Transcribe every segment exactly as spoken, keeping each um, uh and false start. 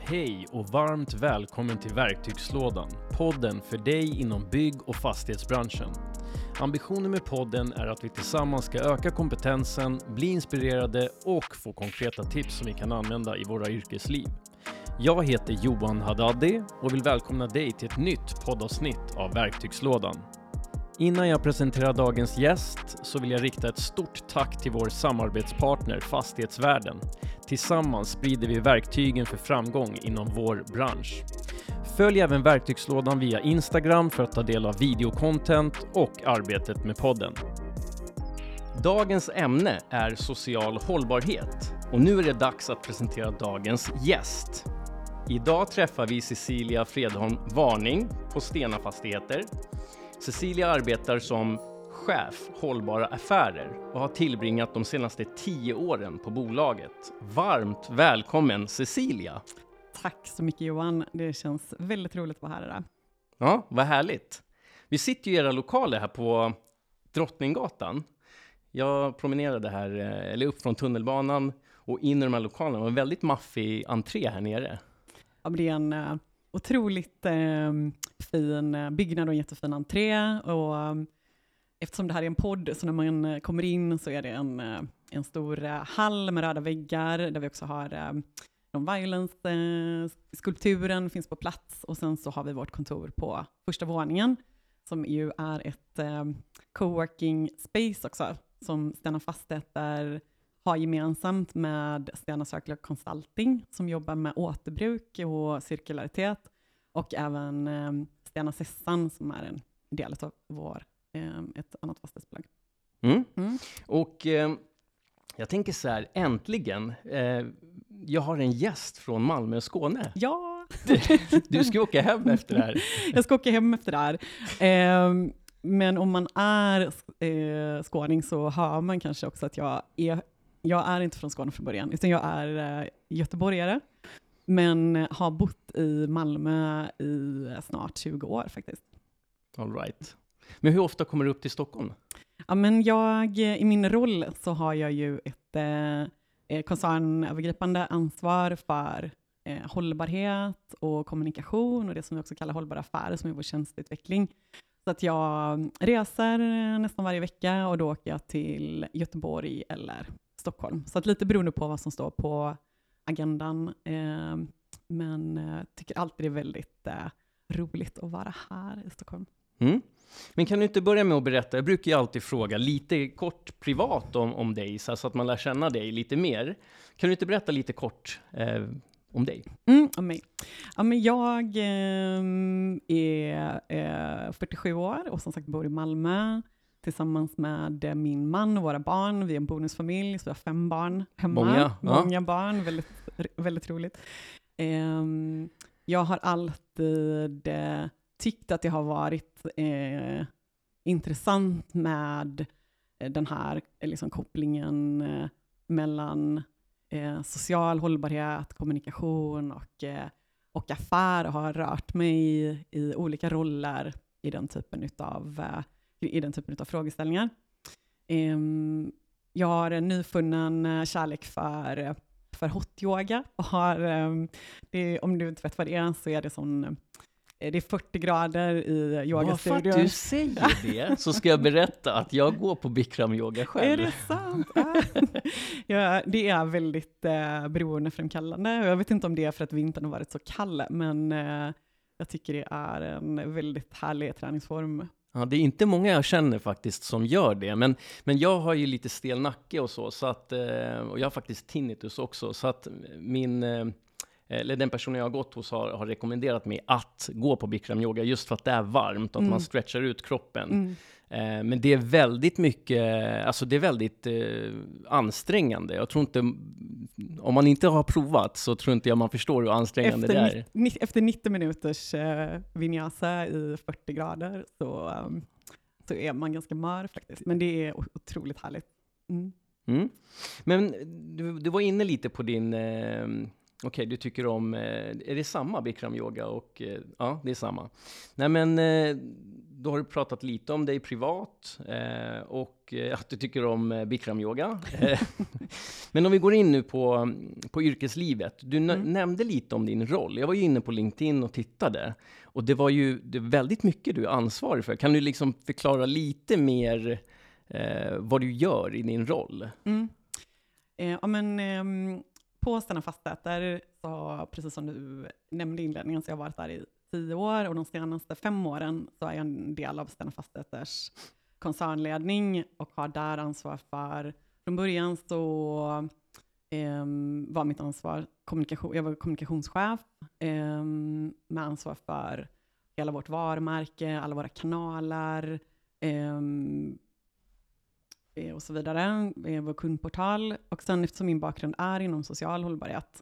Hej och varmt välkommen till Verktygslådan, podden för dig inom bygg- och fastighetsbranschen. Ambitionen med podden är att vi tillsammans ska öka kompetensen, bli inspirerade och få konkreta tips som vi kan använda i våra yrkesliv. Jag heter Johan Haddadi och vill välkomna dig till ett nytt poddavsnitt av Verktygslådan. Innan jag presenterar dagens gäst så vill jag rikta ett stort tack till vår samarbetspartner Fastighetsvärlden. Tillsammans sprider vi verktygen för framgång inom vår bransch. Följ även Verktygslådan via Instagram för att ta del av videocontent och arbetet med podden. Dagens ämne är social hållbarhet och nu är det dags att presentera dagens gäst. Idag träffar vi Cecilia Fredholm Warning på Stena Fastigheter. Cecilia arbetar som chef hållbara affärer och har tillbringat de senaste tio åren på bolaget. Varmt välkommen Cecilia! Tack så mycket Johan, det känns väldigt roligt att vara här idag. Ja, vad härligt. Vi sitter ju i era lokaler här på Drottninggatan. Jag promenerade här, eller upp från tunnelbanan och in i de här lokalerna. Det var en väldigt maffig entré här nere. Ja, det är en uh, otroligt uh, fin byggnad och en jättefin entré. Och, um, eftersom det här är en podd så när man kommer in så är det en, uh, en stor uh, hall med röda väggar där vi också har uh, Non-violence-skulpturen finns på plats och sen så har vi vårt kontor på första våningen som ju är ett uh, coworking space också som Stena Fastigheter har gemensamt med Stena Circular Consulting som jobbar med återbruk och cirkularitet och även eh, Stena Sessan som är en del av vår, eh, ett annat fastighetsbolag. Mm. Mm. Och eh, jag tänker så här, äntligen, eh, jag har en gäst från Malmö och Skåne. Ja! Du ska åka hem efter det här. Jag ska åka hem efter det här. Eh, men om man är eh, skåning så hör man kanske också att jag är Jag är inte från Skåne från början, utan jag är uh, göteborgare. Men uh, har bott i Malmö i uh, snart tjugo år faktiskt. All right. Men hur ofta kommer du upp till Stockholm? Ja, men jag, i min roll så har jag ju ett uh, koncernövergripande ansvar för uh, hållbarhet och kommunikation och det som vi också kallar hållbara affärer som är vår tjänsteutveckling. Så att jag reser nästan varje vecka och då åker jag till Göteborg eller Stockholm. Så att lite beroende på vad som står på agendan. Eh, men eh, tycker alltid det är väldigt eh, roligt att vara här i Stockholm. Mm. Men kan du inte börja med att berätta, jag brukar ju alltid fråga lite kort privat om, om dig så att man lär känna dig lite mer. Kan du inte berätta lite kort eh, om dig? Mm, om mig. Ja, men jag eh, är eh, fyrtiosju år och som sagt bor i Malmö. Tillsammans med min man och våra barn. Vi är en bonusfamilj, så vi har fem barn hemma. Många, Många ja. barn, väldigt, väldigt roligt. Um, jag har alltid uh, tyckt att det har varit uh, intressant med uh, den här uh, liksom, kopplingen uh, mellan uh, social hållbarhet, kommunikation och, uh, och affär. Och har rört mig i, i olika roller i den typen utav uh, i den typen av frågeställningar. Um, jag har en nyfunnen kärlek för, för hot yoga. Och har, um, det, om du inte vet vad det är så är det, sån, det är fyrtio grader i yogastudion. Bara för att du säger det så ska jag berätta att jag går på Bikram yoga själv. Är det sant? Ja, det är väldigt eh, beroendeframkallande. Jag vet inte om det är för att vintern har varit så kall, men eh, jag tycker det är en väldigt härlig träningsform. Ja, det är inte många jag känner faktiskt som gör det, men, men jag har ju lite stel nacke och så, så att, och jag har faktiskt tinnitus också, så att min, eller den personen jag har gått hos har, har rekommenderat mig att gå på Bikram yoga just för att det är varmt och att mm. man stretchar ut kroppen. Mm. Eh, men det är väldigt mycket, alltså det är väldigt eh, ansträngande. Jag tror inte, om man inte har provat så tror inte jag man förstår hur ansträngande efter det är. Ni, efter nittio minuters eh, vinyasa i fyrtio grader så, um, så är man ganska mör faktiskt. Men det är otroligt härligt. Mm. Mm. Men du, du var inne lite på din... Eh, Okej, okay, du tycker om... Eh, är det samma Bikram yoga? Och, eh, ja, det är samma. Nej, men... Eh, då har du pratat lite om dig privat eh, och eh, att du tycker om eh, Bikram-yoga. Men om vi går in nu på, på yrkeslivet. Du n- mm. nämnde lite om din roll. Jag var ju inne på LinkedIn och tittade. Och det var ju det är väldigt mycket du är ansvarig för. Kan du liksom förklara lite mer eh, vad du gör i din roll? Mm. Eh, ja, men, eh, på Stena Fastigheter, så precis som du nämnde i inledningen, så jag har varit där i tio år och de senaste fem åren så är jag en del av Stena Fastigheters koncernledning och har där ansvar för, från början så eh, var mitt ansvar kommunikation, jag var kommunikationschef eh, med ansvar för hela vårt varumärke, alla våra kanaler eh, och så vidare, vår kundportal. Och sen eftersom min bakgrund är inom social hållbarhet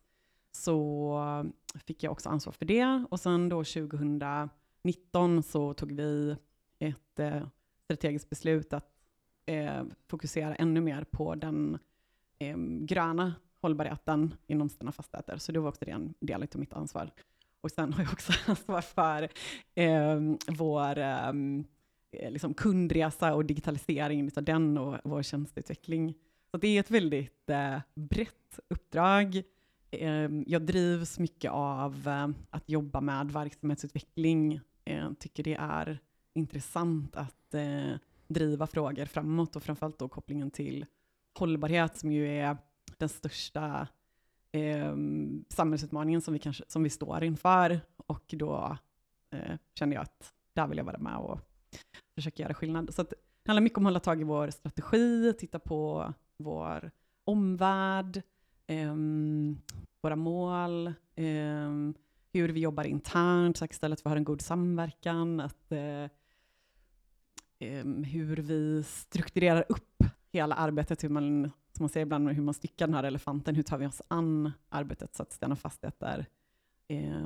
så fick jag också ansvar för det. Och sen då tjugonitton så tog vi ett eh, strategiskt beslut att eh, fokusera ännu mer på den eh, gröna hållbarheten inom Stena Fastigheter. Så det var också en del av mitt ansvar. Och sen har jag också ansvar för eh, vår eh, liksom kundresa och digitalisering av den och vår tjänsteutveckling. Så det är ett väldigt eh, brett uppdrag. Eh, jag drivs mycket av eh, att jobba med verksamhetsutveckling. Jag tycker det är intressant att eh, driva frågor framåt och framförallt då kopplingen till hållbarhet som ju är den största eh, samhällsutmaningen som vi, kanske, som vi står inför. Och då eh, kände jag att där vill jag vara med och försöka göra skillnad. Så att det handlar mycket om att hålla tag i vår strategi, titta på vår omvärld, eh, våra mål, eh, hur vi jobbar internt, säkerställa att vi har en god samverkan, att, eh, eh, hur vi strukturerar upp hela arbetet, hur man, som man säger ibland, hur man styckar den här elefanten, hur tar vi oss an arbetet så att Stena Fastigheter eh,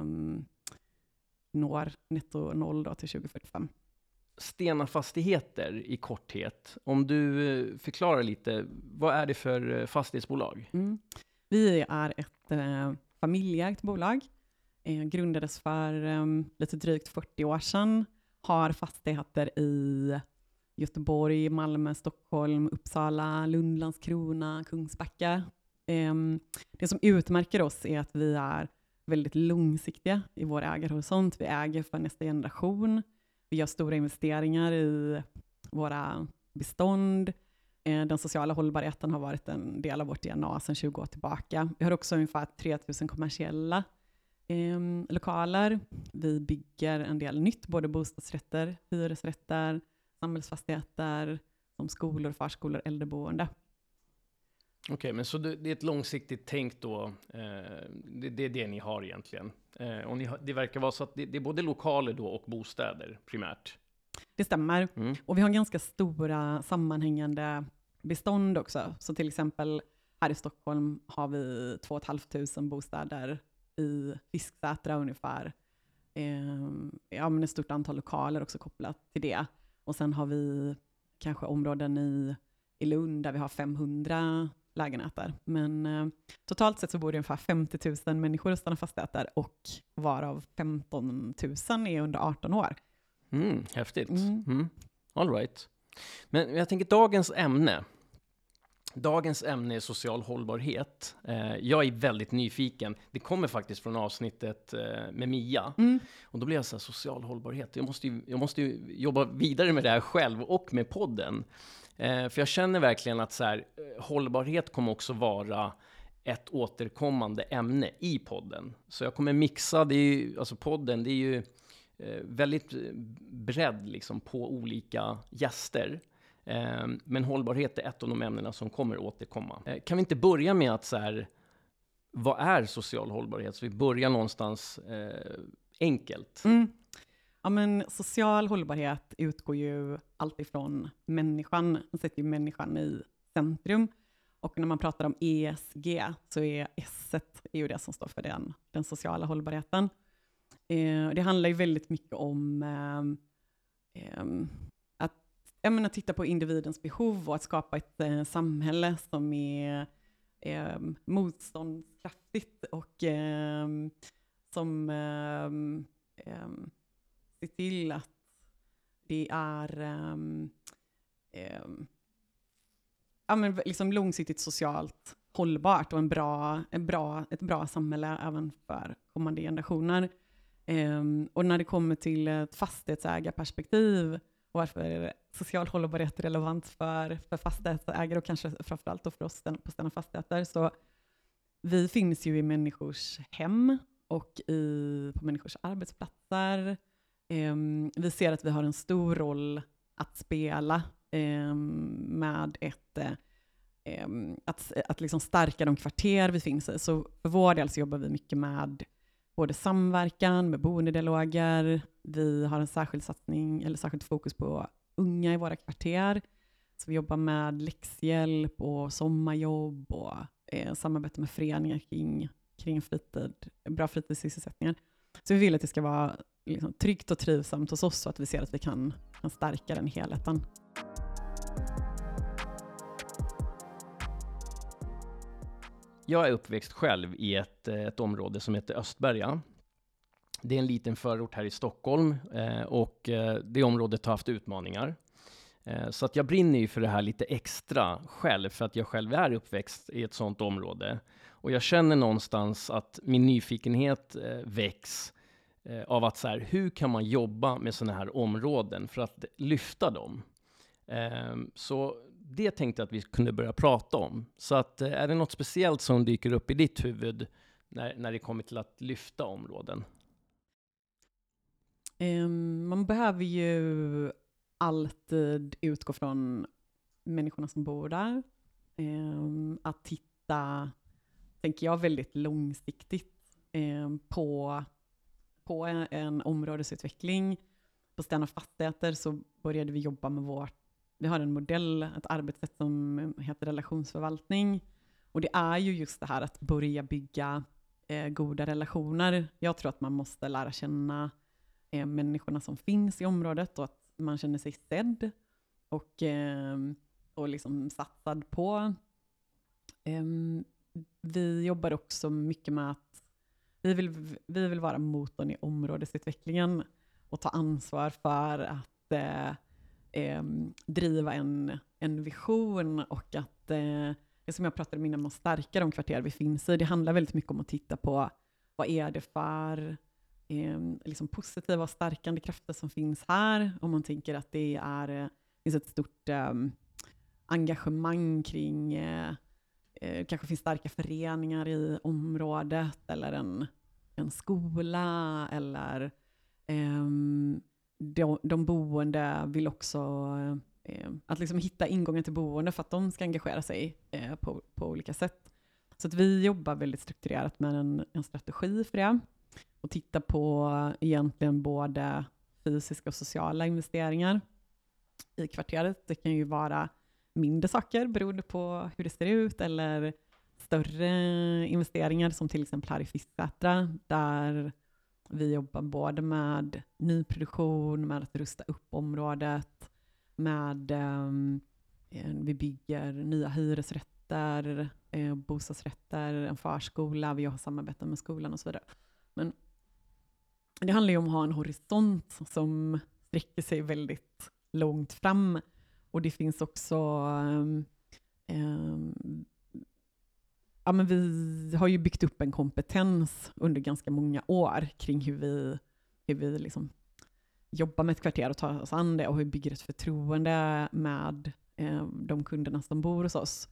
når netto noll då till tjugo fyrtiofem. Stena Fastigheter i korthet. Om du förklarar lite, vad är det för fastighetsbolag? Mm. Vi är ett eh, familjeägt bolag. Eh, grundades för eh, lite drygt fyrtio år sedan. Har fastigheter i Göteborg, Malmö, Stockholm, Uppsala, Lund, Landskrona, Kungsbacka. Eh, det som utmärker oss är att vi är väldigt långsiktiga i vår ägarhorisont. Vi äger för nästa generation. Vi gör stora investeringar i våra bestånd. Den sociala hållbarheten har varit en del av vårt D N A sedan tjugo år tillbaka. Vi har också ungefär tre tusen kommersiella eh, lokaler. Vi bygger en del nytt, både bostadsrätter, hyresrätter, samhällsfastigheter, som skolor, förskolor, äldreboende. Okej, okay, men så det, det är ett långsiktigt tänk då. Eh, det, det är det ni har egentligen. Eh, och ni har, det verkar vara så att det, det är både lokaler då och bostäder primärt. Det stämmer. Mm. Och vi har ganska stora sammanhängande bestånd också. Så till exempel här i Stockholm har vi två och ett halvt tusen bostäder i Fisksätra ungefär. Eh, ja, men ett stort antal lokaler också kopplat till det. Och sen har vi kanske områden i, i Lund där vi har femhundra lägenheter. Men eh, totalt sett så bor det ungefär femtio tusen människor i Stena Fastigheter och varav femton tusen är under arton år. Mm, häftigt. Mm. Mm. All right. Men jag tänker dagens ämne. Dagens ämne är social hållbarhet. Eh, jag är väldigt nyfiken. Det kommer faktiskt från avsnittet eh, med Mia. Mm. Och då blir jag så här, social hållbarhet. Jag måste ju, jag måste ju jobba vidare med det här själv och med podden. Eh, för jag känner verkligen att så här, hållbarhet kommer också vara ett återkommande ämne i podden. Så jag kommer mixa, det är ju, alltså podden, det är ju eh, väldigt bredd liksom på olika gäster. Eh, men hållbarhet är ett av de ämnena som kommer återkomma. Eh, kan vi inte börja med att så här, vad är social hållbarhet? Så vi börjar någonstans eh, enkelt. Mm. Ja, men social hållbarhet utgår ju alltid från människan. Man sätter ju människan i centrum. Och när man pratar om E S G så är S är ju det som står för den, den sociala hållbarheten. Eh, det handlar ju väldigt mycket om eh, eh, att, jag menar, titta på individens behov och att skapa ett eh, samhälle som är eh, motståndskraftigt och eh, som eh, eh, se till att det är um, um, ja, men liksom långsiktigt socialt hållbart och en bra, en bra, ett bra samhälle även för kommande generationer. Um, och när det kommer till ett fastighetsägarperspektiv och varför social hållbarhet är relevant för, för fastighetsägare och kanske framförallt då för oss på Stena Fastigheter, så vi finns ju i människors hem och i, på människors arbetsplatser. Um, vi ser att vi har en stor roll att spela um, med ett, um, att, att liksom stärka de kvarter vi finns i. Så för vår del så jobbar vi mycket med både samverkan, med boendedialoger. Vi har en särskild satsning eller särskilt fokus på unga i våra kvarter. Så vi jobbar med läxhjälp och sommarjobb och eh, samarbete med föreningar kring, kring fritid, bra fritidssysselsättningar. Så vi vill att det ska vara liksom tryggt och trivsamt hos oss så att vi ser att vi kan, kan stärka den helheten. Jag är uppväxt själv i ett, ett område som heter Östberga. Det är en liten förort här i Stockholm eh, och eh, det området har haft utmaningar. Eh, så att jag brinner ju för det här lite extra själv, för att jag själv är uppväxt i ett sådant område. Och jag känner någonstans att min nyfikenhet eh, väcks eh, av att så här, hur kan man jobba med sådana här områden för att lyfta dem? Eh, så det tänkte jag att vi kunde börja prata om. Så att, eh, är det något speciellt som dyker upp i ditt huvud när, när det kommer till att lyfta områden? Um, man behöver ju alltid utgå från människorna som bor där. Um, att titta, tänker jag, väldigt långsiktigt um, på, på en, en områdesutveckling. På Stena Fastigheter så började vi jobba med vårt, vi har en modell, ett arbetssätt som heter relationsförvaltning. Och det är ju just det här att börja bygga eh, goda relationer. Jag tror att man måste lära känna eh, människorna som finns i området och att man känner sig sedd och, eh, och liksom satsad på. Eh, vi jobbar också mycket med att vi vill, vi vill vara motorn i områdesutvecklingen och ta ansvar för att eh, eh, driva en, en vision och att eh, det som jag pratade om innan, att stärka de kvarter vi finns i. Det handlar väldigt mycket om att titta på vad är det för eh, liksom positiva och stärkande krafter som finns här. Om man tänker att det är eh, finns ett stort eh, engagemang kring eh, eh, kanske finns starka föreningar i området eller en, en skola eller eh, de, de boende vill också eh, att liksom hitta ingången till boende för att de ska engagera sig eh, på, på olika sätt. Så att vi jobbar väldigt strukturerat med en, en strategi för det och tittar på egentligen både fysiska och sociala investeringar i kvarteret. Det kan ju vara mindre saker beroende på hur det ser ut eller större investeringar som till exempel här i Fisksätra där vi jobbar både med nyproduktion, med att rusta upp området, med um, vi bygger nya hyresrätter, eh, bostadsrätter, en förskola, vi har samarbete med skolan och så vidare. Men det handlar ju om att ha en horisont som sträcker sig väldigt långt fram och det finns också um, um, ja, men vi har ju byggt upp en kompetens under ganska många år kring hur vi, hur vi liksom jobbar med ett kvarter och tar oss an det och hur vi bygger ett förtroende med eh, de kunderna som bor hos oss.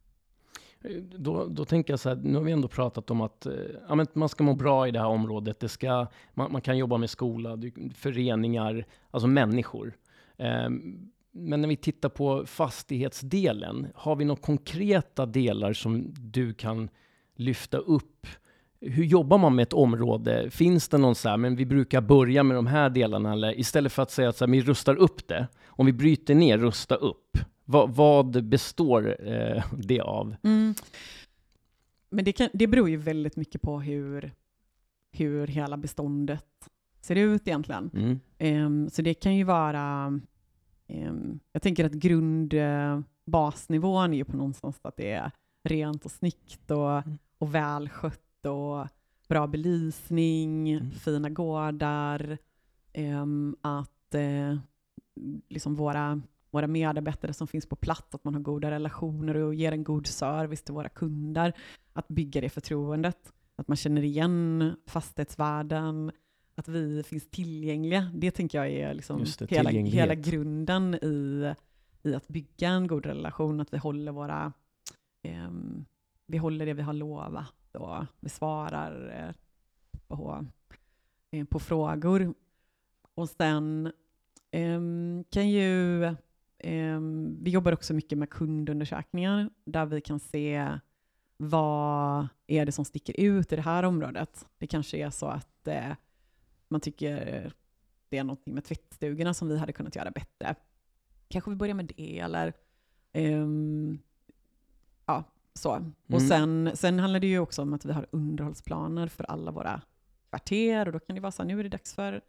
Då, då tänker jag så här, nu har vi ändå pratat om att ja, men man ska må bra i det här området. Det ska, man, man kan jobba med skola, föreningar, alltså människor. Eh, Men när vi tittar på fastighetsdelen, har vi några konkreta delar som du kan lyfta upp? Hur jobbar man med ett område? Finns det någon så här, men vi brukar börja med de här delarna, eller istället för att säga att så här, vi rustar upp det, om vi bryter ner, rusta upp, vad, vad består eh, det av? Mm. Men det, kan, det beror ju väldigt mycket på hur, hur hela beståndet ser ut egentligen. Mm. Um, så det kan ju vara jag tänker att grundbasnivån är ju på någonstans att det är rent och snyggt och, mm. och välskött och bra belysning, mm. fina gårdar. Um, att uh, liksom våra, våra medarbetare som finns på plats, att man har goda relationer och ger en god service till våra kunder, att bygga det förtroendet, att man känner igen fastighetsvärden, att vi finns tillgängliga. Det tänker jag är liksom det, hela, hela grunden i, i att bygga en god relation, att vi håller våra eh, vi håller det vi har lovat och vi svarar eh, på, eh, på frågor. Och sen eh, kan ju eh, vi jobbar också mycket med kundundersökningar där vi kan se vad är det som sticker ut i det här området. Det kanske är så att eh, man tycker det är något med tvättstugorna som vi hade kunnat göra bättre. Kanske vi börjar med det eller um, ja, så. Mm. Och sen, sen handlar det ju också om att vi har underhållsplaner för alla våra kvarter och då kan det vara så här, nu är det dags för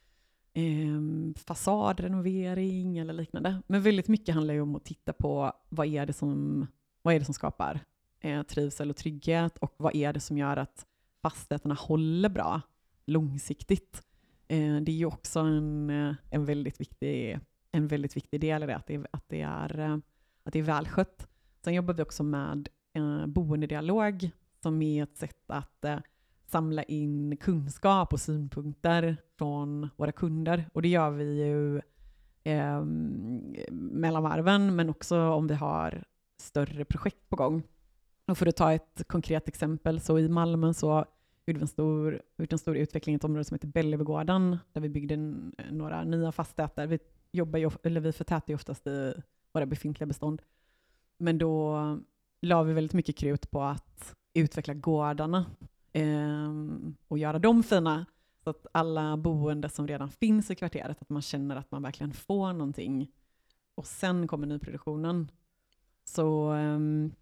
um, fasadrenovering eller liknande. Men väldigt mycket handlar ju om att titta på vad är det som, vad är det som skapar eh, trivsel och trygghet och vad är det som gör att fastigheterna håller bra långsiktigt. Eh, det är ju också en, en, väldigt viktig, en väldigt viktig del i det, att det, att det, är, att det är välskött. Sen jobbar vi också med eh, boendedialog som är ett sätt att eh, samla in kunskap och synpunkter från våra kunder. Och det gör vi ju eh, mellan varven, men också om vi har större projekt på gång. Och för att ta ett konkret exempel, så i Malmö så gjorde vi en stor, en stor utveckling i ett område som heter Bellevegården, där vi byggde en, några nya fastigheter. Vi jobbar ju, eller vi förtätar ju oftast i våra befintliga bestånd. Men då la vi väldigt mycket krut på att utveckla gårdarna eh, och göra dem fina. Så att alla boende som redan finns i kvarteret, att man känner att man verkligen får någonting. Och sen kommer nyproduktionen. Så eh,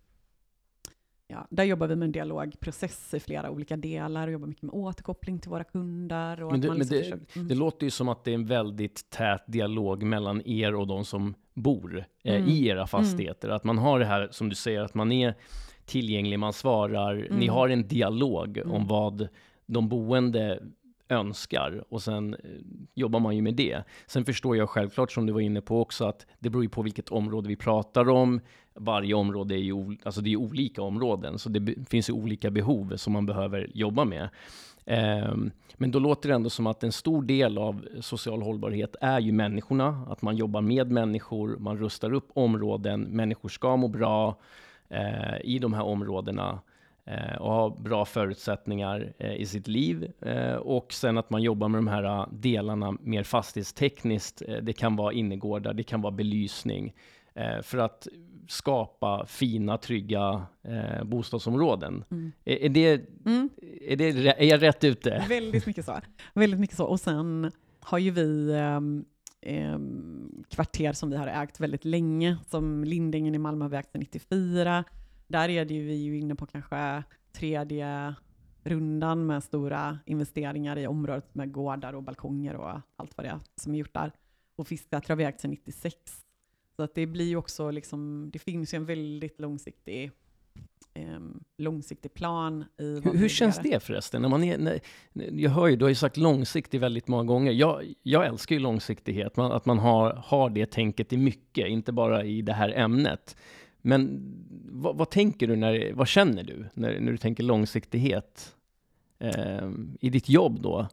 ja, där jobbar vi med en dialogprocess i flera olika delar och jobbar mycket med återkoppling till våra kunder. Och men det, att man liksom liksom det, försöker, mm. det låter ju som att det är en väldigt tät dialog mellan er och de som bor eh, mm. i era fastigheter. Mm. Att man har det här, som du säger, att man är tillgänglig, man svarar, mm. ni har en dialog mm. om vad de boende önskar och sen eh, jobbar man ju med det. Sen förstår jag självklart, som du var inne på också, att det beror ju på vilket område vi pratar om. Varje område är ju, alltså det är olika områden, så det be- finns ju olika behov som man behöver jobba med. Eh, men då låter det ändå som att en stor del av social hållbarhet är ju människorna, att man jobbar med människor, man rustar upp områden, människor ska må bra eh, i de här områdena och ha bra förutsättningar eh, i sitt liv. Eh, och sen att man jobbar med de här delarna mer fastighetstekniskt. Eh, det kan vara innergårdar, det kan vara belysning. Eh, för att skapa fina, trygga eh, bostadsområden. Mm. Är, är, det, mm. är, det, är jag rätt ute? Väldigt mycket så. Väldigt mycket så. Och sen har ju vi eh, kvarter som vi har ägt väldigt länge. Som Lindängen i Malmö har vi ägt sedan nittiofyra. Där är det ju, vi ju inne på kanske tredje rundan med stora investeringar i området med gårdar och balkonger och allt vad det är som är gjort där. Och Fisksätra har vi ägt sedan nittiosex. Så att det blir ju också liksom, det finns ju en väldigt långsiktig eh, långsiktig plan. I hur hur känns det förresten? När man är, när, jag hör ju, du har ju sagt långsiktig väldigt många gånger. Jag, jag älskar ju långsiktighet, man, att man har, har det tänket i mycket, inte bara i det här ämnet. Men vad, vad tänker du, när, vad känner du när, när du tänker långsiktighet eh, i ditt jobb då?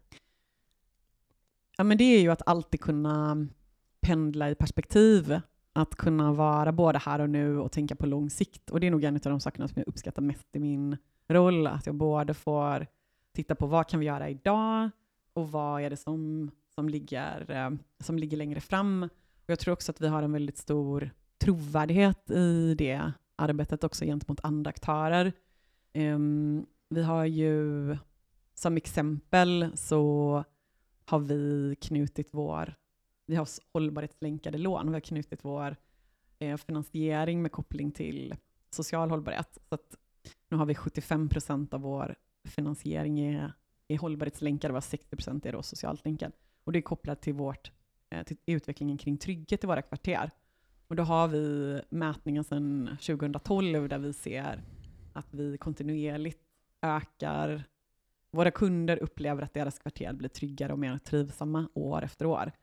Ja, men det är ju att alltid kunna pendla i perspektiv. Att kunna vara både här och nu och tänka på lång sikt. Och det är nog en av de sakerna som jag uppskattar mest i min roll. Att jag både får titta på vad kan vi göra idag och vad är det som, som, ligger, eh, som ligger längre fram. Och jag tror också att vi har en väldigt stor trovärdighet i det arbetet också gentemot andra aktörer. Um, vi har ju som exempel så har vi knutit vår, vi har hållbarhetslänkade lån, vi har knutit vår eh, finansiering med koppling till social hållbarhet. Så att nu har vi sjuttiofem procent av vår finansiering är, är hållbarhetslänkad, var sextio procent är då socialt länkad. Och det är kopplat till, vårt, eh, till utvecklingen kring trygghet i våra kvarter. Och då har vi mätningen sedan tjugotolv där vi ser att vi kontinuerligt ökar. Våra kunder upplever att deras kvarter blir tryggare och mer trivsamma år efter år.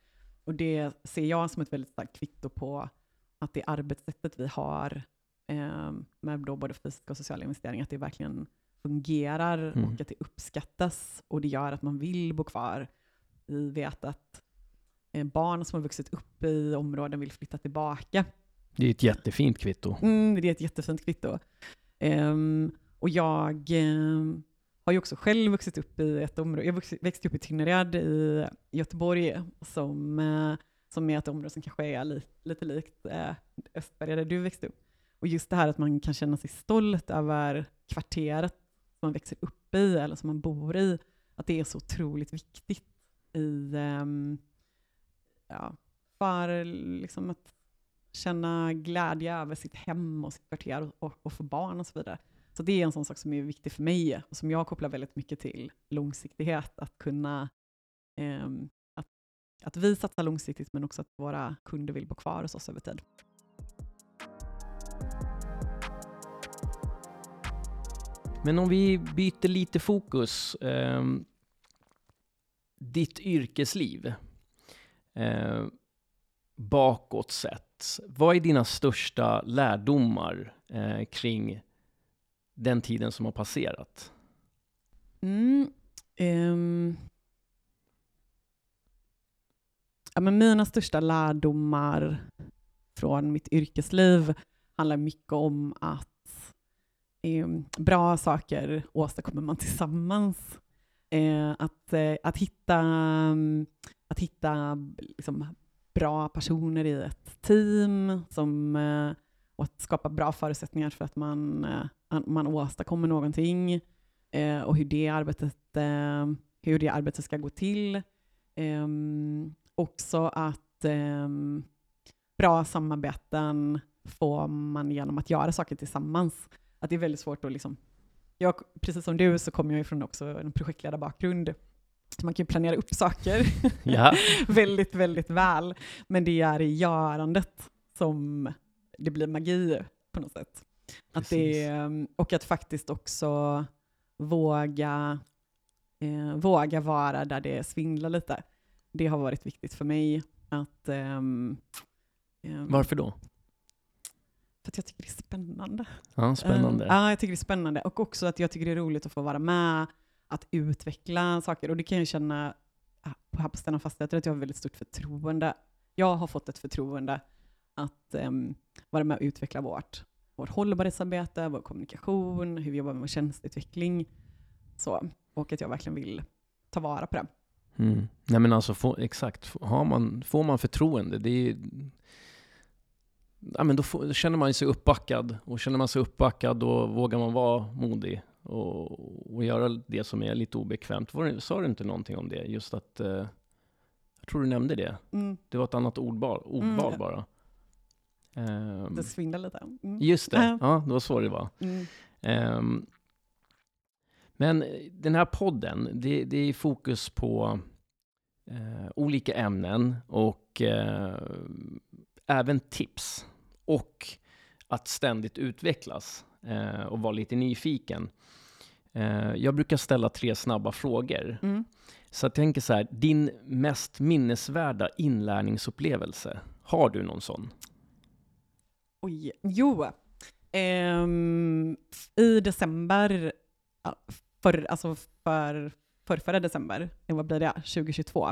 och det ser jag som ett väldigt starkt kvitto på att det arbetssättet vi har eh, med då både fysiska och sociala investeringar, att det verkligen fungerar mm. och att det uppskattas, och det gör att man vill bo kvar. Vi vet att eh, barn som har vuxit upp i områden vill flytta tillbaka. Det är ett jättefint kvitto. Mm, det är ett jättefint kvitto. Um, och jag um, har ju också själv vuxit upp i ett område. Jag växte upp i Tynnered i Göteborg, som, uh, som är ett område som kanske är li- lite likt uh, Östberga där du växte upp. Och just det här att man kan känna sig stolt över kvarteret som man växer upp i eller som man bor i, att det är så otroligt viktigt i, um, ja, för liksom att känna glädje över sitt hem och sitt kvarter och, och, och för barn och så vidare. Så det är en sån sak som är viktig för mig och som jag kopplar väldigt mycket till långsiktighet. Att kunna, eh, att, att vi satsar långsiktigt, men också att våra kunder vill bo kvar hos oss över tid. Men om vi byter lite fokus. Eh, ditt yrkesliv. Eh, bakåt sett. Vad är dina största lärdomar eh, kring den tiden som har passerat? Mm, um, ja, men mina största lärdomar från mitt yrkesliv handlar mycket om att um, bra saker åstadkommer man tillsammans. Uh, att, uh, att hitta, um, att hitta liksom, bra personer i ett team som, uh, och att skapa bra förutsättningar för att man, uh, man åstadkommer någonting. Uh, och hur det arbetet, uh, hur det arbetet ska gå till. Um, också att um, bra samarbeten får man genom att göra saker tillsammans. Att det är väldigt svårt att liksom, jag, precis som du så kommer jag ifrån också en projektledarbakgrund. Man kan ju planera upp saker ja. väldigt, väldigt väl. Men det är i görandet som det blir magi på något sätt. Att det, och att faktiskt också våga, eh, våga vara där det svindlar lite. Det har varit viktigt för mig. Att, um, um, Varför då? För att jag tycker det är spännande. Ja, spännande. Uh, ja, jag tycker det är spännande. Och också att jag tycker det är roligt att få vara med, att utveckla saker. Och det kan jag känna här på Stena Fastigheter, att jag har väldigt stort förtroende. Jag har fått ett förtroende att um, vara med och utveckla vårt, vårt hållbarhetsarbete, vår kommunikation, hur vi jobbar med tjänsteutveckling. Så, och att jag verkligen vill ta vara på det. Mm. Nej men alltså, få, exakt. Har man, får man förtroende, det är, ja, men då, får, då känner man sig uppbackad. Och känner man sig uppbackad, då vågar man vara modig och, och göra det som är lite obekvämt. Var det, sa du inte någonting om det? Just att, eh, jag tror du nämnde det. Mm. Det var ett annat ordval, ordval mm. bara. Um, det svindlar lite. Mm. Just det, mm. ja, det var så det var. Mm. Um, men den här podden, det, det är fokus på eh, olika ämnen och eh, även tips. Och att ständigt utvecklas eh, och vara lite nyfiken. Eh, jag brukar ställa tre snabba frågor. Mm. Så jag tänker så här, din mest minnesvärda inlärningsupplevelse, har du någon sån? Oj, jo. Um, I december, för, alltså för, för förra december, vad blir det, tjugohundratjugotvå,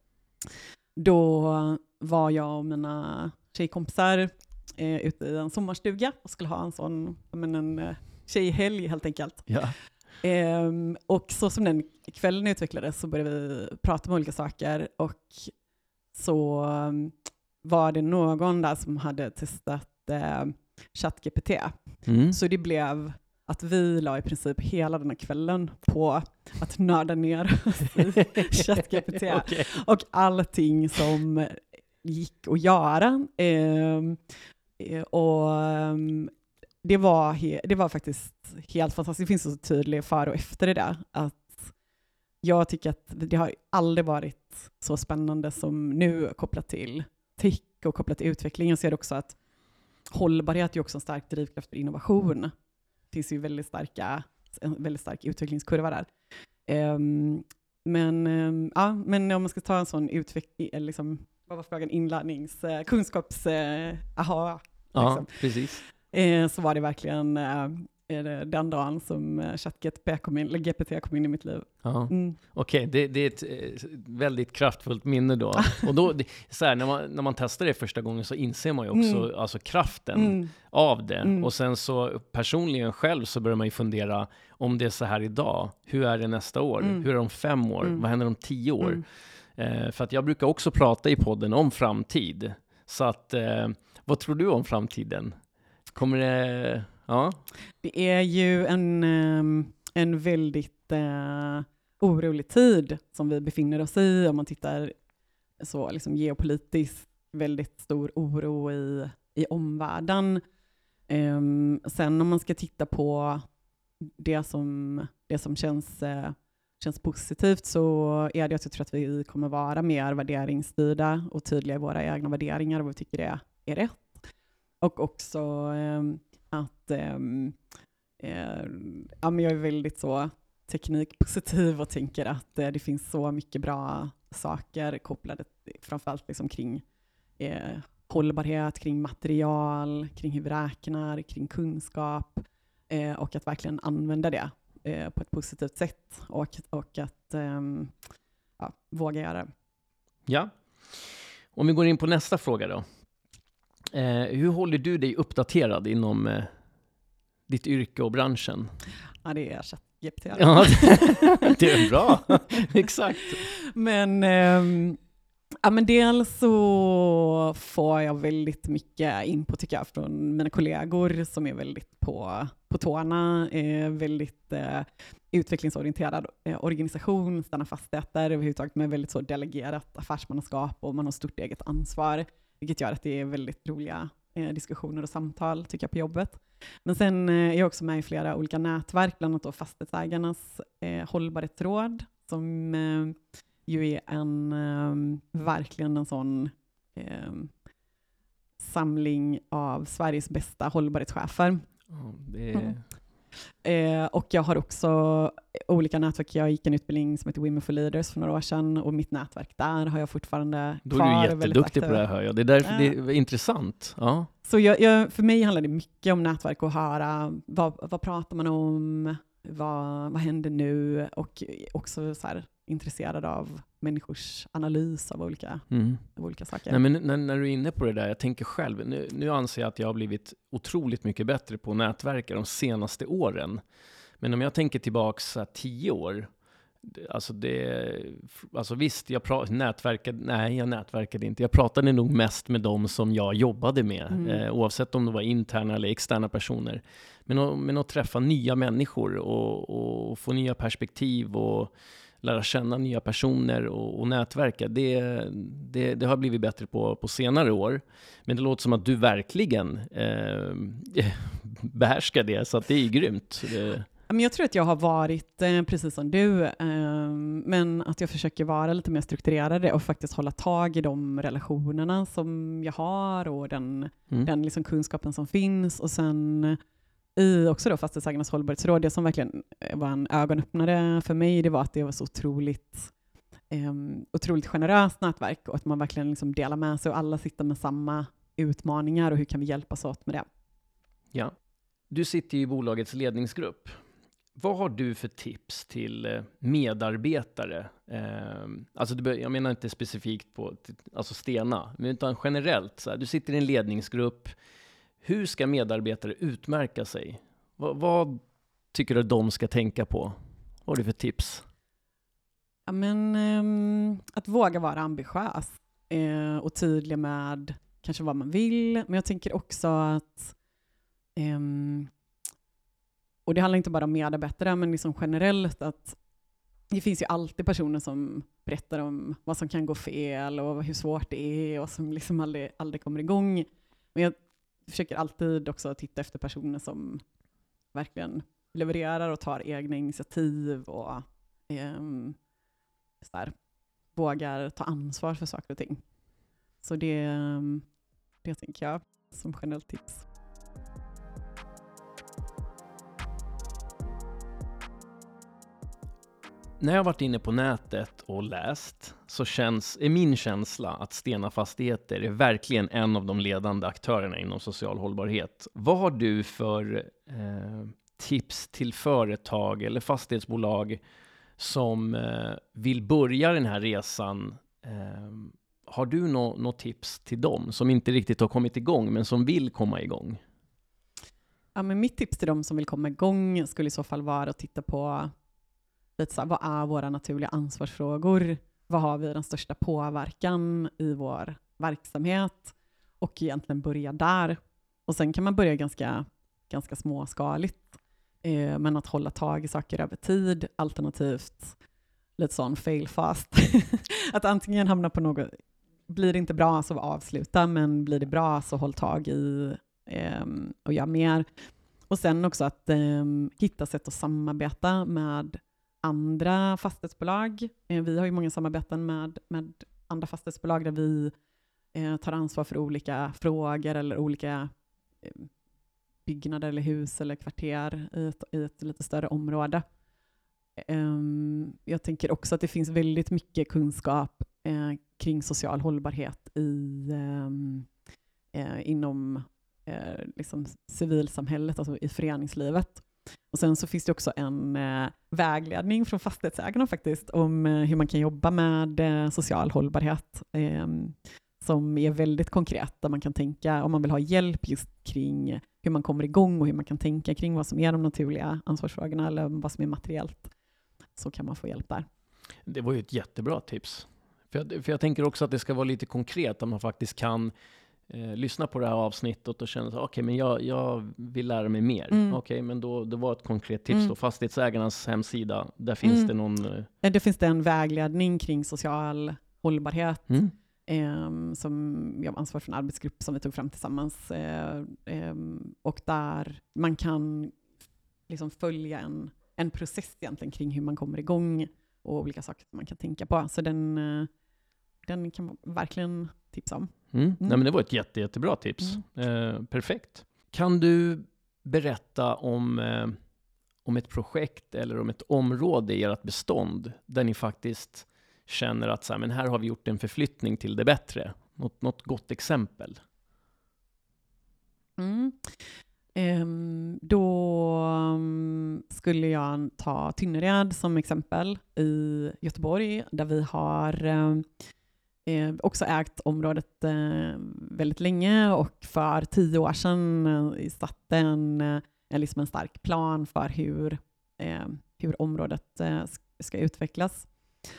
då var jag och mina tjejkompisar eh, ute i en sommarstuga och skulle ha en sån, men en tjejhelg helt enkelt. Ja. Um, och så som den kvällen utvecklades så började vi prata om olika saker, och så um, var det någon där som hade testat uh, ChatGPT. Mm. Så det blev att vi la i princip hela den här kvällen på att nörda ner i ChatGPT. Okay. Och allting som gick att göra. Um, och um, Det var, he- det var faktiskt helt fantastiskt. Det finns så tydligt före och efter det där. Att jag tycker att det har aldrig varit så spännande som nu kopplat till tech och kopplat till utveckling. Jag ser också att hållbarhet är också en stark drivkraft för innovation. Det finns ju väldigt, starka, en väldigt stark utvecklingskurva där. Um, men, um, ja, men om man ska ta en sån utveckling, liksom vad var frågan, inlärnings, eh, kunskaps, eh, aha, Ja, liksom. precis. Eh, så var det verkligen eh, den dagen som eh, ChatGPT kom in, eller G P T kom in i mitt liv. Ja. Mm. Okej, det, det är ett eh, väldigt kraftfullt minne då. Och då, det, så här, när, man, när man testar det första gången så inser man ju också Mm. alltså, kraften Mm. av det. Mm. Och sen så personligen själv så börjar man ju fundera, om det är så här idag, hur är det nästa år? Mm. Hur är det om fem år? Mm. Vad händer om tio år? Mm. Eh, för att jag brukar också prata i podden om framtid. Så att, eh, vad tror du om framtiden? Kommer det... Ja. Det är ju en, um, en väldigt uh, orolig tid som vi befinner oss i. Om man tittar så liksom geopolitiskt, väldigt stor oro i, i omvärlden. Um, sen om man ska titta på det som, det som känns, uh, känns positivt, så är det att jag tror att vi kommer vara mer värderingsstyrda och tydliga i våra egna värderingar och vad vi tycker är, är rätt. Och också um, att um, eh, ja, men jag är väldigt så teknikpositiv och tänker att eh, det finns så mycket bra saker kopplade framförallt liksom kring eh, hållbarhet, kring material, kring hur vi räknar, kring kunskap eh, och att verkligen använda det eh, på ett positivt sätt och, och att eh, ja, våga göra det. Ja. Om vi går in på nästa fråga då. Eh, hur håller du dig uppdaterad inom eh, ditt yrke och branschen? Ja, det är ChatGPT. Ja, det är bra. Exakt. Men, eh, ja, men dels så får jag väldigt mycket input tycker jag från mina kollegor som är väldigt på, på tårna, eh, väldigt eh, utvecklingsorienterad eh, organisation, stannar fastigheter överhuvudtaget med väldigt så delegerat affärsmannaskap och man har stort eget ansvar, vilket gör att det är väldigt roliga eh, diskussioner och samtal tycker jag på jobbet. Men sen eh, är jag också med i flera olika nätverk, bland annat då Fastighetsägarnas eh, hållbarhetsråd som eh, ju är en eh, verkligen en sån eh, samling av Sveriges bästa hållbarhetschefer. Ja, det är... Mm. Eh, och jag har också olika nätverk. Jag gick en utbildning som heter Women for Leaders för några år sedan och mitt nätverk där har jag fortfarande Då kvar. är du jätteduktig på det här, hör jag. Det är därför Ja. det är intressant. Ja. Så jag, jag, för mig handlar det mycket om nätverk och höra vad, vad pratar man om, vad, vad händer nu och också så här, intresserad av människors analys av olika, Mm. av olika saker. Nej, men när, när du är inne på det där, jag tänker själv, nu, nu anser jag att jag har blivit otroligt mycket bättre på att nätverka de senaste åren. Men om jag tänker tillbaka så här, tio år, alltså det, alltså visst, jag pra- nätverkade, nej jag nätverkade inte. Jag pratade nog mest med dem som jag jobbade med, Mm. eh, oavsett om det var interna eller externa personer. Men att, men att träffa nya människor och, och få nya perspektiv och lära känna nya personer och, och nätverka, det, det, det har blivit bättre på, på senare år. Men det låter som att du verkligen eh, behärskar det, så att det är grymt. Det... Men jag tror att jag har varit eh, precis som du, eh, men att jag försöker vara lite mer strukturerad och faktiskt hålla tag i de relationerna som jag har och den, Mm. den liksom kunskapen som finns. Och sen i också då Fastighetsägarnas hållbarhetsråd, det som verkligen var en ögonöppnare för mig, det var att det var så otroligt, eh, otroligt generöst nätverk och att man verkligen liksom delar med sig och alla sitter med samma utmaningar och hur kan vi hjälpas åt med det. Ja. Du sitter i bolagets ledningsgrupp. Vad har du för tips till medarbetare? Eh, alltså du, jag menar inte specifikt på alltså Stena, utan generellt. Så här, du sitter i en ledningsgrupp. Hur ska medarbetare utmärka sig? Vad, vad tycker du de ska tänka på? Vad har du för tips? Ja, men, um, att våga vara ambitiös eh, och tydlig med kanske vad man vill. Men jag tänker också att um, och det handlar inte bara om medarbetare, men liksom generellt att det finns ju alltid personer som berättar om vad som kan gå fel och hur svårt det är och som liksom aldrig, aldrig kommer igång. Men jag försöker alltid också titta efter personer som verkligen levererar och tar egna initiativ och um, så här, vågar ta ansvar för saker och ting. Så det, det tänker jag som generellt tips. När jag har varit inne på nätet och läst så känns, är min känsla att Stena Fastigheter är verkligen en av de ledande aktörerna inom social hållbarhet. Vad har du för eh, tips till företag eller fastighetsbolag som eh, vill börja den här resan? Eh, har du något no tips till dem som inte riktigt har kommit igång men som vill komma igång? Ja, men mitt tips till dem som vill komma igång skulle i så fall vara att titta på lite så här, vad är våra naturliga ansvarsfrågor? Vad har vi den största påverkan i vår verksamhet? Och egentligen börja där. Och sen kan man börja ganska, ganska småskaligt. Eh, men att hålla tag i saker över tid, alternativt lite sån fail fast. Att antingen hamna på något, blir det inte bra så avsluta, men blir det bra så håll tag i eh, och gör mer. Och sen också att eh, hitta sätt att samarbeta med andra fastighetsbolag. Eh, vi har ju många samarbeten med, med andra fastighetsbolag där vi eh, tar ansvar för olika frågor eller olika eh, byggnader eller hus eller kvarter i ett, i ett lite större område. Eh, jag tänker också att det finns väldigt mycket kunskap eh, kring social hållbarhet i, eh, eh, inom eh, liksom civilsamhället, alltså i föreningslivet. Och sen så finns det också en eh, vägledning från fastighetsägarna faktiskt om eh, hur man kan jobba med eh, social hållbarhet eh, som är väldigt konkret, där man kan tänka, om man vill ha hjälp just kring hur man kommer igång och hur man kan tänka kring vad som är de naturliga ansvarsfrågorna eller vad som är materiellt, så kan man få hjälp där. Det var ju ett jättebra tips. För jag, för jag tänker också att det ska vara lite konkret, att man faktiskt kan Eh, lyssna på det här avsnittet och känna så, okej, okay, men jag, jag vill lära mig mer. Mm. Okej, okay, men då det var ett konkret tips mm. då. Fastighetsägarnas hemsida, där finns mm. det någon... Eh... Det finns det en vägledning kring social hållbarhet mm. eh, som jag har ansvar för en arbetsgrupp som vi tog fram tillsammans. Eh, eh, och där man kan liksom följa en, en process egentligen kring hur man kommer igång och olika saker som man kan tänka på. Så den, eh, den kan man verkligen tipsa om. Mm. Mm. Nej, men det var ett jätte, jättebra tips. Mm. Eh, perfekt. Kan du berätta om, eh, om ett projekt eller om ett område i ert bestånd där ni faktiskt känner att så här, men här har vi gjort en förflyttning till det bättre? Något, något gott exempel? Mm. Um, då um, skulle jag ta Tynnered som exempel i Göteborg, där vi har um, Eh, också ägt området eh, väldigt länge, och för tio år sedan eh, satte en, en, liksom en stark plan för hur, eh, hur området eh, ska utvecklas.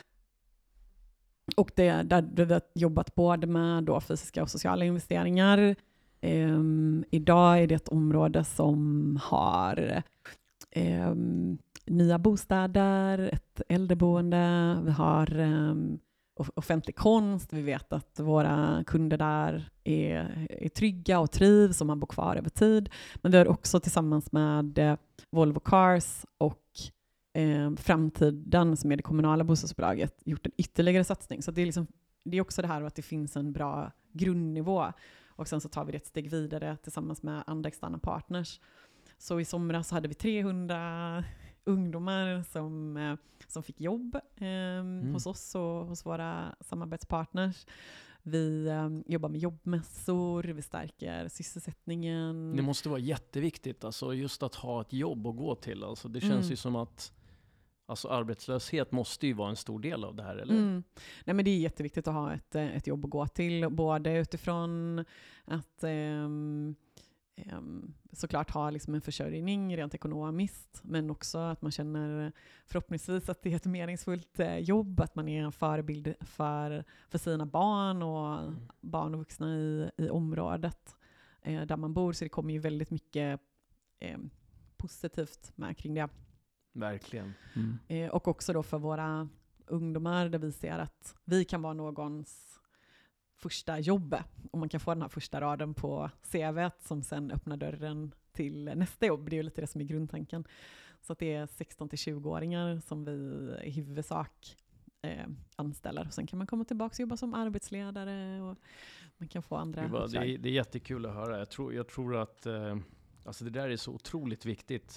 Och det, där vi har jobbat både med då fysiska och sociala investeringar. Eh, idag är det ett område som har eh, nya bostäder, ett äldreboende, vi har eh, offentlig konst. Vi vet att våra kunder där är, är trygga och trivs och man bor kvar över tid. Men vi har också tillsammans med eh, Volvo Cars och eh, Framtiden, som är det kommunala bostadsbolaget, gjort en ytterligare satsning. Så det är, liksom, det är också det här att det finns en bra grundnivå. Och sen så tar vi det ett steg vidare tillsammans med andra externa partners. Så i somras så hade vi trehundra ungdomar som, eh, som fick jobb eh, mm. hos oss och hos våra samarbetspartners. Vi eh, jobbar med jobbmässor, vi stärker sysselsättningen. Det måste vara jätteviktigt, alltså just att ha ett jobb att gå till. Alltså det känns mm. ju som att alltså arbetslöshet måste ju vara en stor del av det här, eller? Mm. Nej, men det är jätteviktigt att ha ett, ett jobb att gå till, både utifrån att eh, Um, såklart ha liksom en försörjning rent ekonomiskt, men också att man känner förhoppningsvis att det är ett meningsfullt eh, jobb, att man är en förebild för, för sina barn och mm. barn och vuxna i, i området eh, där man bor. Så det kommer ju väldigt mycket eh, positivt med kring det. Verkligen. Mm. Eh, och också då för våra ungdomar, där vi ser att vi kan vara någons första jobb, och man kan få den här första raden på C V:t som sen öppnar dörren till nästa jobb. Det är ju lite det som är grundtanken. Så att det är sexton till tjugo-åringar som vi i huvudsak eh, anställer. Och sen kan man komma tillbaka och jobba som arbetsledare, och man kan få andra det, var, det, är, det är jättekul att höra. Jag tror, jag tror att eh, alltså det där är så otroligt viktigt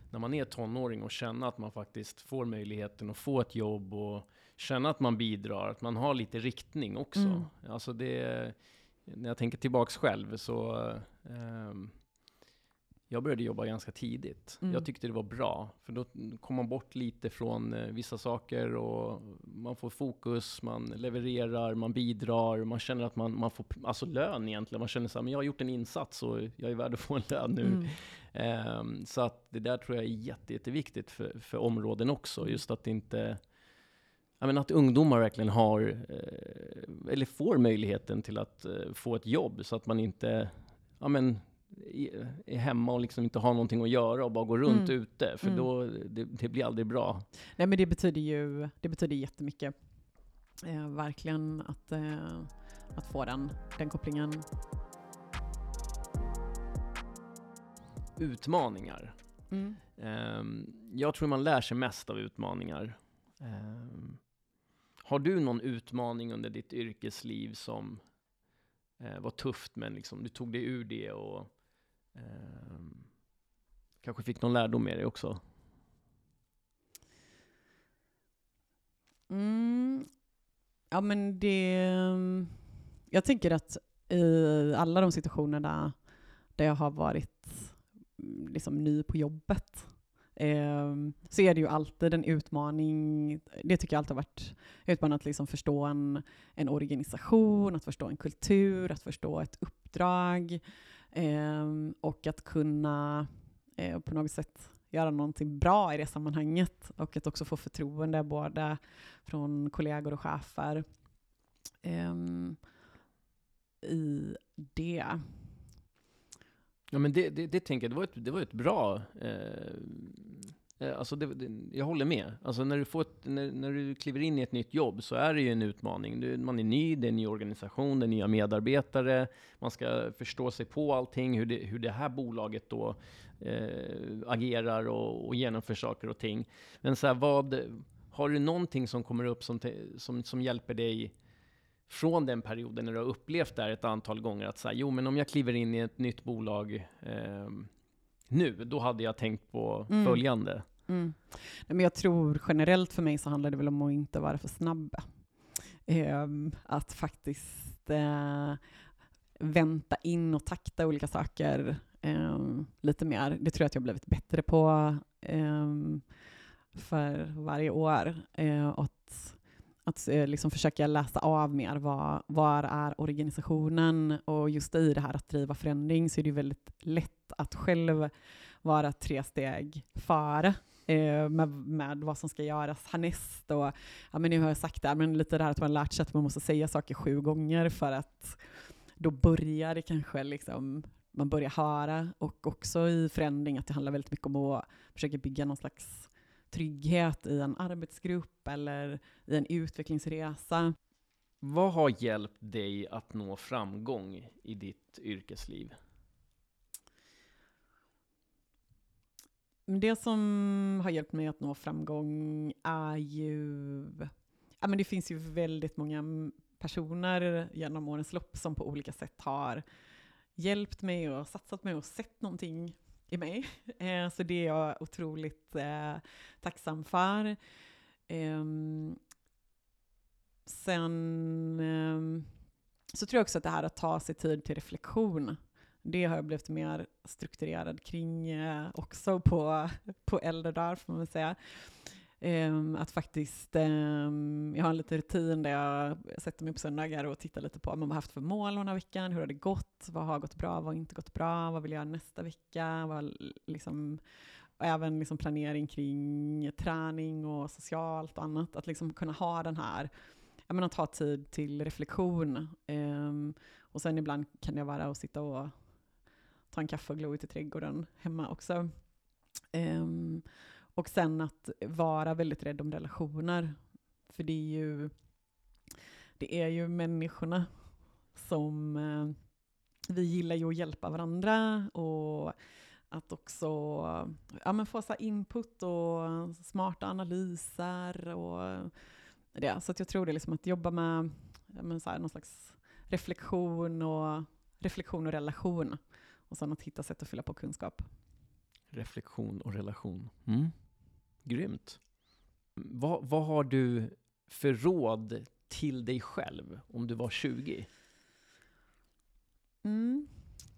när man är tonåring och känna att man faktiskt får möjligheten att få ett jobb och känna att man bidrar, att man har lite riktning också. Mm. Alltså det, när jag tänker tillbaks själv så um, jag började jobba ganska tidigt. Mm. Jag tyckte det var bra, för då kom man bort lite från eh, vissa saker och man får fokus, man levererar, man bidrar, man känner att man, man får alltså lön egentligen. Man känner så här, men jag har gjort en insats och jag är värd att få en lön nu. Mm. Um, så att det där tror jag är jätte, jätteviktigt för, för områden också. Just att inte, jag menar, att ungdomar verkligen har eh, eller får möjligheten till att eh, få ett jobb, så att man inte, ja men, är hemma och liksom inte har någonting att göra och bara går runt mm. ute, för mm. då det, det blir aldrig bra. Nej, men det betyder ju det betyder jättemycket. Eh, verkligen att, eh, att få den, den kopplingen. Utmaningar. Mm. Um, jag tror man lär sig mest av utmaningar. Um, har du någon utmaning under ditt yrkesliv som uh, var tufft, men liksom, du tog dig ur det och um, kanske fick någon lärdom med det också? Mm. Ja, men det... Jag tänker att i alla de situationer där, där jag har varit liksom ny på jobbet, eh, så är det ju alltid en utmaning. Det tycker jag alltid har varit utmanande, att liksom förstå en, en organisation, att förstå en kultur, att förstå ett uppdrag, eh, och att kunna eh, på något sätt göra någonting bra i det sammanhanget, och att också få förtroende både från kollegor och chefer eh, i det. Ja, men det, det, det tänker jag, det var ett, det var ett bra, eh, alltså det, det, jag håller med. Alltså när du, får ett, när, när du kliver in i ett nytt jobb så är det ju en utmaning. Du, man är ny, det är en ny organisation, det är nya medarbetare, man ska förstå sig på allting, hur det, hur det här bolaget då eh, agerar och, och genomför saker och ting. Men så här, vad, har du någonting som kommer upp som, te, som, som hjälper dig från den perioden när du har upplevt det här ett antal gånger, att säga, jo men om jag kliver in i ett nytt bolag eh, nu, då hade jag tänkt på mm. följande. Mm. Men jag tror generellt för mig så handlar det väl om att inte vara för snabb. Eh, att faktiskt eh, vänta in och takta olika saker eh, lite mer. Det tror jag att jag har blivit bättre på eh, för varje år. Eh, och att Att eh, liksom försöka läsa av mer vad, vad är organisationen, och just i det här att driva förändring så är det väldigt lätt att själv vara tre steg före eh, med, med vad som ska göras härnäst. Och, ja, men nu har jag sagt det, men lite det här att man har lärt sig att man måste säga saker sju gånger, för att då börjar det kanske liksom, man börjar höra, och också i förändring att det handlar väldigt mycket om att försöka bygga någon slags trygghet i en arbetsgrupp eller i en utvecklingsresa. Vad har hjälpt dig att nå framgång i ditt yrkesliv? Det som har hjälpt mig att nå framgång är ju... Ja, men det finns ju väldigt många personer genom årens lopp som på olika sätt har hjälpt mig och satsat mig och sett någonting i mig. Eh, så det är jag otroligt eh, tacksam för. Eh, sen eh, så tror jag också att det här att ta sig tid till reflektion, det har jag blivit mer strukturerad kring eh, också på, på äldre dagar, får man säga. Um, att faktiskt, um, jag har en liten rutin där jag sätter mig på söndagar och tittar lite på vad man har haft för mål den här veckan, hur har det gått, vad har gått bra, vad har inte gått bra, vad vill jag göra nästa vecka, vad, liksom, och även liksom planering kring träning och socialt och annat, att liksom kunna ha den här, jag menar, ta tid till reflektion, um, och sen ibland kan det vara att sitta och ta en kaffe och glo ut i trädgården hemma också. Um, Och sen att vara väldigt rädd om relationer. För det är ju, det är ju människorna som... Eh, vi gillar ju att hjälpa varandra. Och att också ja, men få så här input och smarta analyser. Och det. Så att jag tror det är liksom att jobba med ja, men så här, någon slags reflektion och, reflektion och relation. Och sen att hitta sätt att fylla på kunskap. Reflektion och relation. Mm. Grymt. Vad, vad har du för råd till dig själv om du var tjugo? Mm.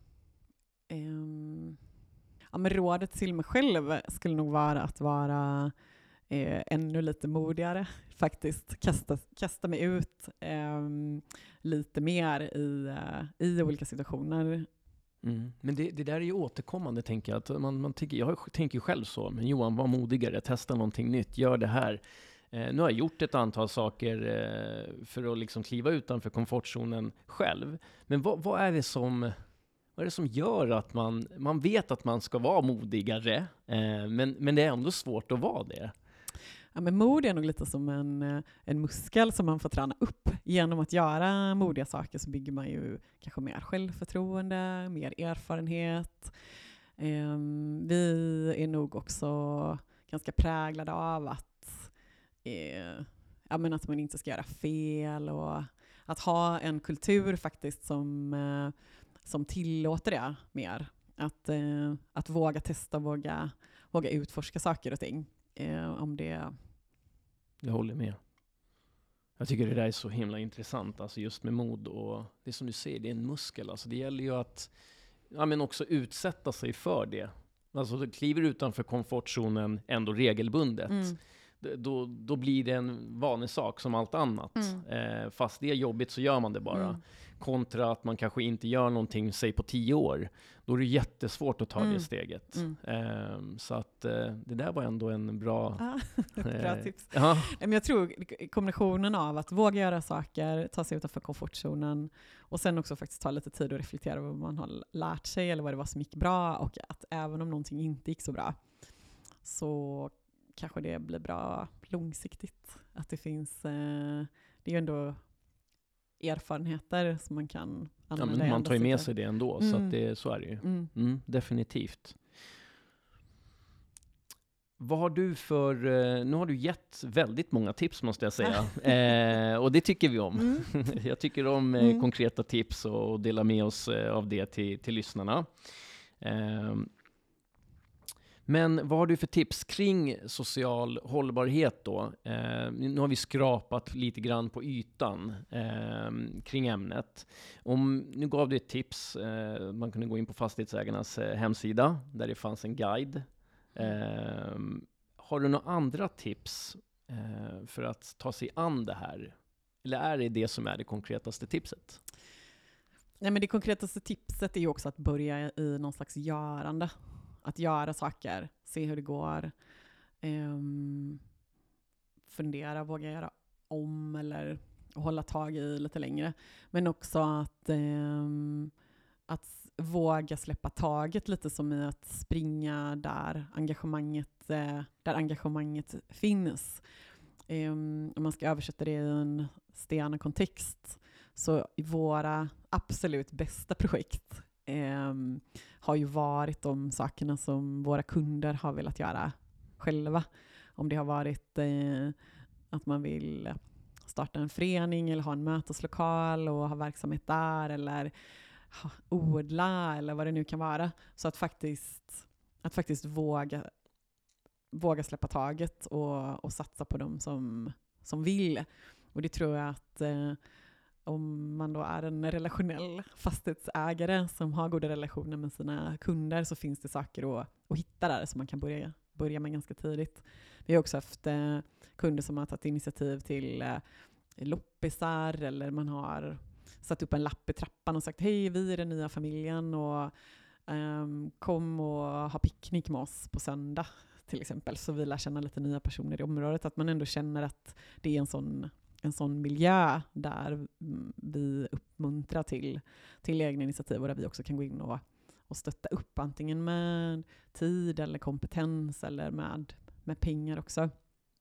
Um, ja, men rådet till mig själv skulle nog vara att vara eh, ännu lite modigare faktiskt. Kasta, kasta mig ut eh, lite mer i, uh, i olika situationer. Mm. Men det, det där är ju återkommande, tänker jag. Att man, man tänker, jag tänker ju själv så, men Johan, var modigare, testa någonting nytt, gör det här. Eh, nu har jag gjort ett antal saker eh, för att liksom kliva utanför komfortzonen själv. Men vad, vad är det som... Vad är det som gör att man, man vet att man ska vara modigare, eh, men, men det är ändå svårt att vara det? Ja, men mod är nog lite som en, en muskel som man får träna upp. Genom att göra modiga saker så bygger man ju kanske mer självförtroende, mer erfarenhet. Eh, vi är nog också ganska präglade av att, eh, ja, men att man inte ska göra fel och att ha en kultur faktiskt som... Eh, som tillåter det mer. Att, eh, att våga testa, våga, våga utforska saker och ting. Eh, om det... Jag håller med. Jag tycker det där är så himla intressant, alltså just med mod. Och det som du säger, det är en muskel. Alltså det gäller ju att ja, men också utsätta sig för det. Alltså du kliver utanför komfortzonen ändå regelbundet. Mm. Då, då blir det en vanlig sak som allt annat. Mm. Eh, fast det är jobbigt så gör man det bara. Mm. Kontra att man kanske inte gör någonting, säg på tio år. Då är det jättesvårt att ta mm. det steget. Mm. Eh, så att eh, det där var ändå en bra... Ah, bra eh, tips. Ja. Men jag tror kombinationen av att våga göra saker, ta sig utanför komfortzonen och sen också faktiskt ta lite tid och reflektera över vad man har lärt sig eller vad det var som gick bra, och att även om någonting inte gick så bra så kanske det blir bra långsiktigt. Att det finns, eh, det är ju ändå erfarenheter som man kan använda. Ja, men man tar ju med sig det ändå, mm. så, att det, så är det ju. Mm. Mm, definitivt. Vad har du för, nu har du gett väldigt många tips måste jag säga. eh, och det tycker vi om. Mm. Jag tycker om eh, mm. konkreta tips och dela med oss eh, av det till, till lyssnarna. Eh, Men vad har du för tips kring social hållbarhet då? Eh, nu har vi skrapat lite grann på ytan eh, kring ämnet. Om, nu gav du ett tips, eh, man kunde gå in på Fastighetsägarnas eh, hemsida där det fanns en guide. Eh, har du några andra tips eh, för att ta sig an det här? Eller är det det som är det konkretaste tipset? Nej, men det konkretaste tipset är ju också att börja i någon slags görande. Att göra saker, se hur det går, um, fundera, våga göra om eller hålla tag i lite längre. Men också att, um, att våga släppa taget lite, som i att springa där engagemanget, uh, där engagemanget finns. Um, om man ska översätta det i en Stena-kontext, så i våra absolut bästa projekt Um, har ju varit de sakerna som våra kunder har velat göra själva. Om det har varit eh, att man vill starta en förening eller ha en möteslokal och ha verksamhet där, eller ha, odla eller vad det nu kan vara. Så att faktiskt, att faktiskt våga, våga släppa taget och, och satsa på dem som, som vill. Och det tror jag att eh, om man då är en relationell fastighetsägare som har goda relationer med sina kunder, så finns det saker att, att hitta där som man kan börja, börja med ganska tidigt. Vi har också haft eh, kunder som har tagit initiativ till eh, loppisar, eller man har satt upp en lapp i trappan och sagt hej, vi är den nya familjen och eh, kom och ha picknick med oss på söndag till exempel, så vi lär känna lite nya personer i området. Att man ändå känner att det är en sån en sån miljö där vi uppmuntrar till, till egna initiativ, och där vi också kan gå in och, och stötta upp antingen med tid eller kompetens eller med, med pengar också.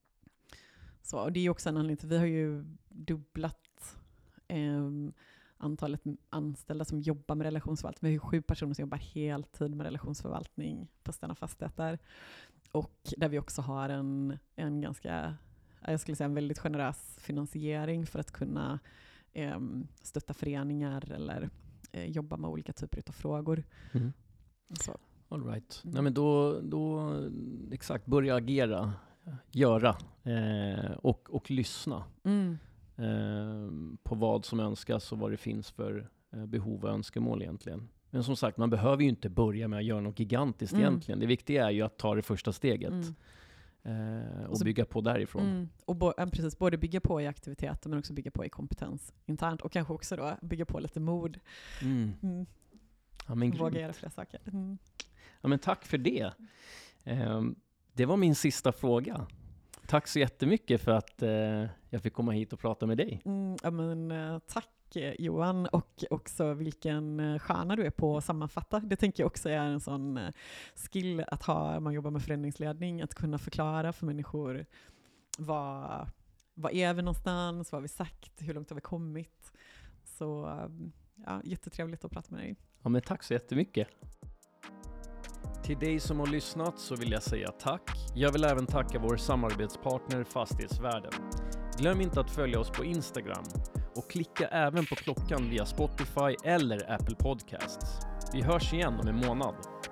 Så, och det är också en anledning till, vi har ju dubblat eh, antalet anställda som jobbar med relationsförvaltning. Vi har ju sju personer som jobbar heltid med relationsförvaltning på Stena Fastigheter, och där vi också har en, en ganska jag skulle säga en väldigt generös finansiering för att kunna eh, stötta föreningar eller eh, jobba med olika typer av frågor. Mm. Så. All right. Mm. Nej, men då, då exakt, börja agera, göra eh, och, och lyssna Mm. eh, på vad som önskas och vad det finns för eh, behov och önskemål egentligen. Men som sagt, man behöver ju inte börja med att göra något gigantiskt Mm. egentligen. Det viktiga är ju att ta det första steget Mm. eh, och, Och så- bygga på därifrån. Mm. Och bo- ja, precis, både bygga på i aktiviteter men också bygga på i kompetens internt. Och kanske också då bygga på lite mod. Mm. Mm. Ja, men Våga grymt. göra fler saker. Mm. Ja, men tack för det. Eh, det var min sista fråga. Tack så jättemycket för att eh, jag fick komma hit och prata med dig. Mm, ja, men, eh, tack eh, Johan, och också vilken eh, stjärna du är på att sammanfatta. Det tänker jag också är en sån eh, skill att ha när man jobbar med förändringsledning, att kunna förklara för människor vad, vad är vi någonstans, vad har vi sagt, hur långt har vi kommit. Så eh, ja, jättetrevligt att prata med dig. Ja, men tack så jättemycket. Till dig som har lyssnat så vill jag säga tack. Jag vill även tacka vår samarbetspartner Fastighetsvärlden. Glöm inte att följa oss på Instagram och klicka även på klockan via Spotify eller Apple Podcasts. Vi hörs igen om en månad.